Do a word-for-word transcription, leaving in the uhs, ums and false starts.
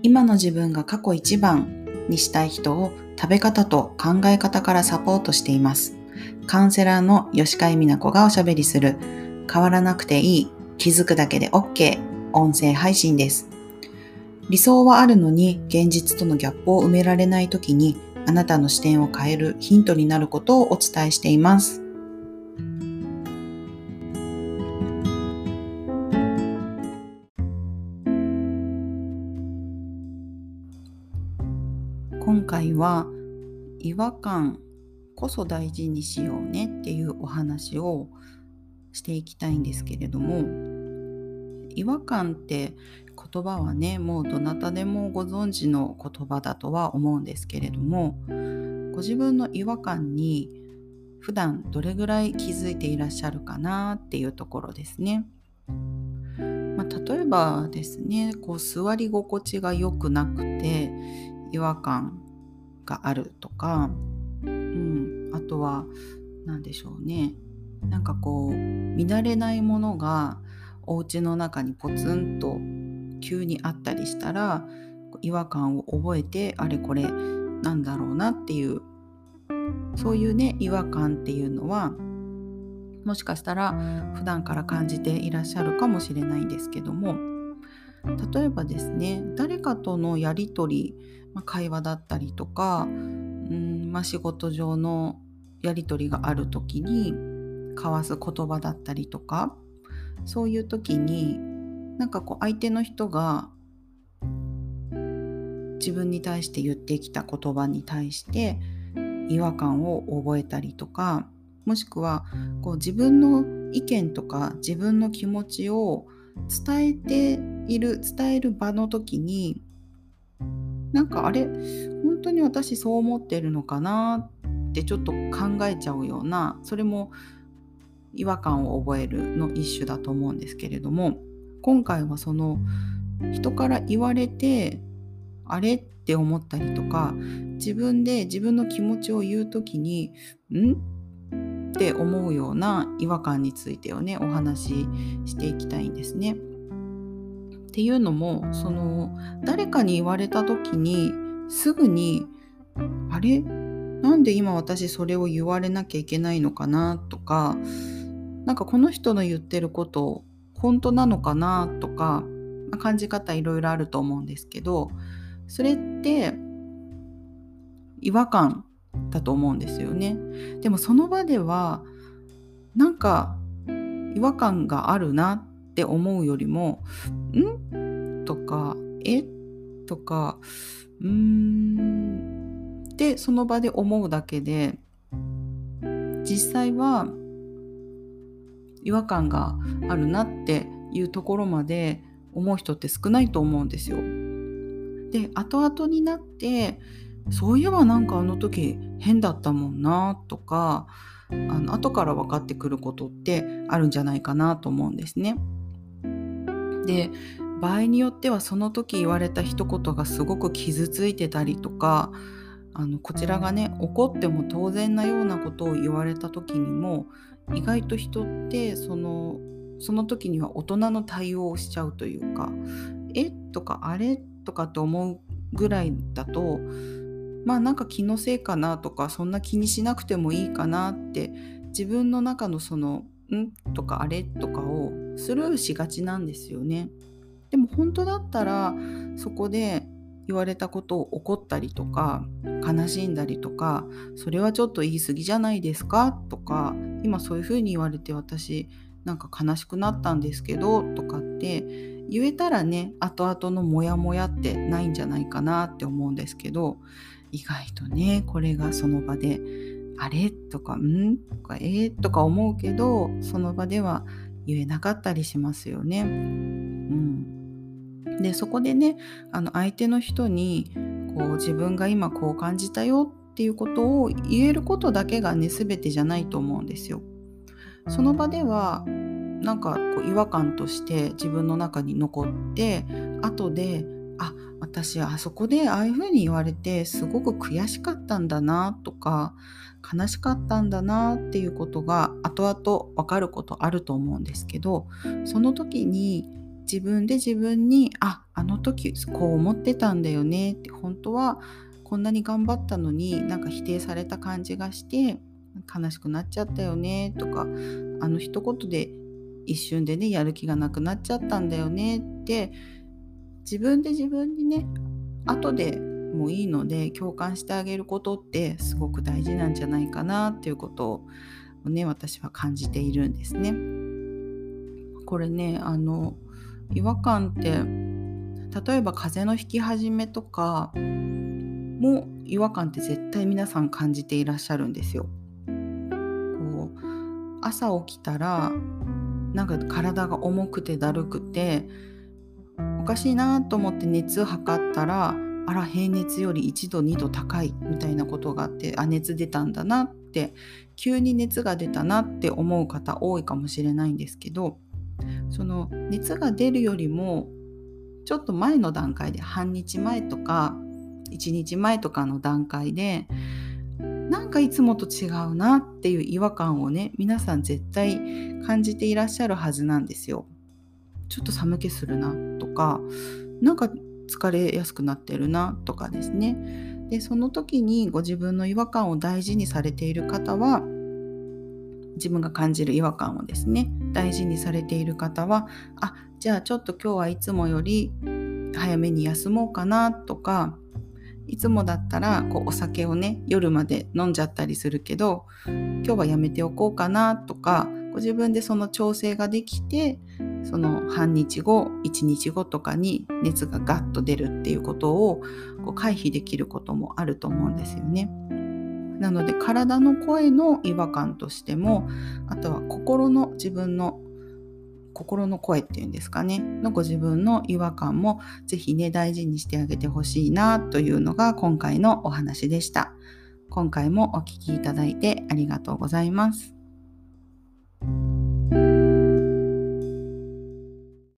今の自分が過去一番にしたい人を食べ方と考え方からサポートしています。カウンセラーの吉海美奈子がおしゃべりする変わらなくていい、気づくだけで OK 音声配信です。理想はあるのに現実とのギャップを埋められないときにあなたの視点を変えるヒントになることをお伝えしています。今回は違和感こそ大事にしようねっていうお話をしていきたいんですけれども、違和感って言葉はね、もうどなたでもご存知の言葉だとは思うんですけれども、ご自分の違和感に普段どれぐらい気づいていらっしゃるかなっていうところですね。まあ、例えばですね、こう座り心地が良くなくて違和感があるとか、うん、あとは何でしょうね、なんかこう乱れないものがお家の中にポツンと急にあったりしたら違和感を覚えて、あれこれなんだろうなっていう、そういうね違和感っていうのはもしかしたら普段から感じていらっしゃるかもしれないんですけども、例えばですね、誰かとのやり取り、まあ、会話だったりとか、うんまあ、仕事上のやり取りがあるときに交わす言葉だったりとか、そういうときになんかこう相手の人が自分に対して言ってきた言葉に対して違和感を覚えたりとか、もしくはこう自分の意見とか自分の気持ちを伝えている伝える場の時に、なんかあれ本当に私そう思ってるのかなってちょっと考えちゃうような、それも違和感を覚えるの一種だと思うんですけれども、今回はその人から言われてあれって思ったりとか、自分で自分の気持ちを言うときにんって思うような違和感についてをねお話ししていきたいんですね。っていうのも、その誰かに言われたときにすぐにあれなんで今私それを言われなきゃいけないのかなとか、なんかこの人の言ってること本当なのかなとか、まあ感じ方いろいろあると思うんですけど、それって違和感だと思うんですよね。でもその場ではなんか違和感があるなって思うよりもんとかえとかうーんってその場で思うだけで、実際は違和感があるなっていうところまで思う人って少ないと思うんですよ。で、後々になってそういえばなんかあの時変だったもんなとか、あの後から分かってくることってあるんじゃないかなと思うんですね。で、場合によってはその時言われた一言がすごく傷ついてたりとか、あのこちらがね怒っても当然なようなことを言われた時にも、意外と人ってそのその時には大人の対応をしちゃうというか、えとかあれとかって思うぐらいだと、まあなんか気のせいかなとか、そんな気にしなくてもいいかなって自分の中のそのんとかあれとかをスルーしがちなんですよね。でも本当だったらそこで言われたことを怒ったりとか悲しんだりとか、それはちょっと言い過ぎじゃないですかとか、今そういうふうに言われて私なんか悲しくなったんですけどとかって言えたらね、後々のモヤモヤってないんじゃないかなって思うんですけど、意外とねこれがその場であれとかんとかえー、とか思うけど、その場では言えなかったりしますよね。うん、でそこでね、あの相手の人にこう自分が今こう感じたよっていうことを言えることだけがね全てじゃないと思うんですよ。その場ではなんかこう違和感として自分の中に残って、後であ私あそこでああいうふうに言われてすごく悔しかったんだなとか悲しかったんだなっていうことが後々分かることあると思うんですけど、その時に自分で自分に、あ、あの時こう思ってたんだよねって、本当はこんなに頑張ったのになんか否定された感じがして悲しくなっちゃったよねとか、あの一言で一瞬でねやる気がなくなっちゃったんだよねって、自分で自分にね後でもいいので共感してあげることってすごく大事なんじゃないかなっていうことをね、私は感じているんですね。これね、あの違和感って例えば風邪のひき始めとかも違和感って絶対皆さん感じていらっしゃるんですよ。こう朝起きたらなんか体が重くてだるくておかしいなと思って熱測ったら、あら平熱よりいちどにど高いみたいなことがあって、あ熱出たんだなって、急に熱が出たなって思う方多いかもしれないんですけど、その熱が出るよりもちょっと前の段階で半日前とかいちにちまえとかの段階でなんかいつもと違うなっていう違和感をね、皆さん絶対感じていらっしゃるはずなんですよ。ちょっと寒気するなとか、なんか疲れやすくなってるなとかですね。で、その時にご自分の違和感を大事にされている方は、自分が感じる違和感をですね、大事にされている方は、あ、じゃあちょっと今日はいつもより早めに休もうかなとか、いつもだったらこうお酒をね夜まで飲んじゃったりするけど今日はやめておこうかなとか、ご自分でその調整ができて、その半日後いちにちごとかに熱がガッと出るっていうことをこう回避できることもあると思うんですよね。なので体の声の違和感としても、あとは心の自分の心の声っていうんですかねのご自分の違和感もぜひね大事にしてあげてほしいなというのが今回のお話でした。今回もお聞きいただいてありがとうございます。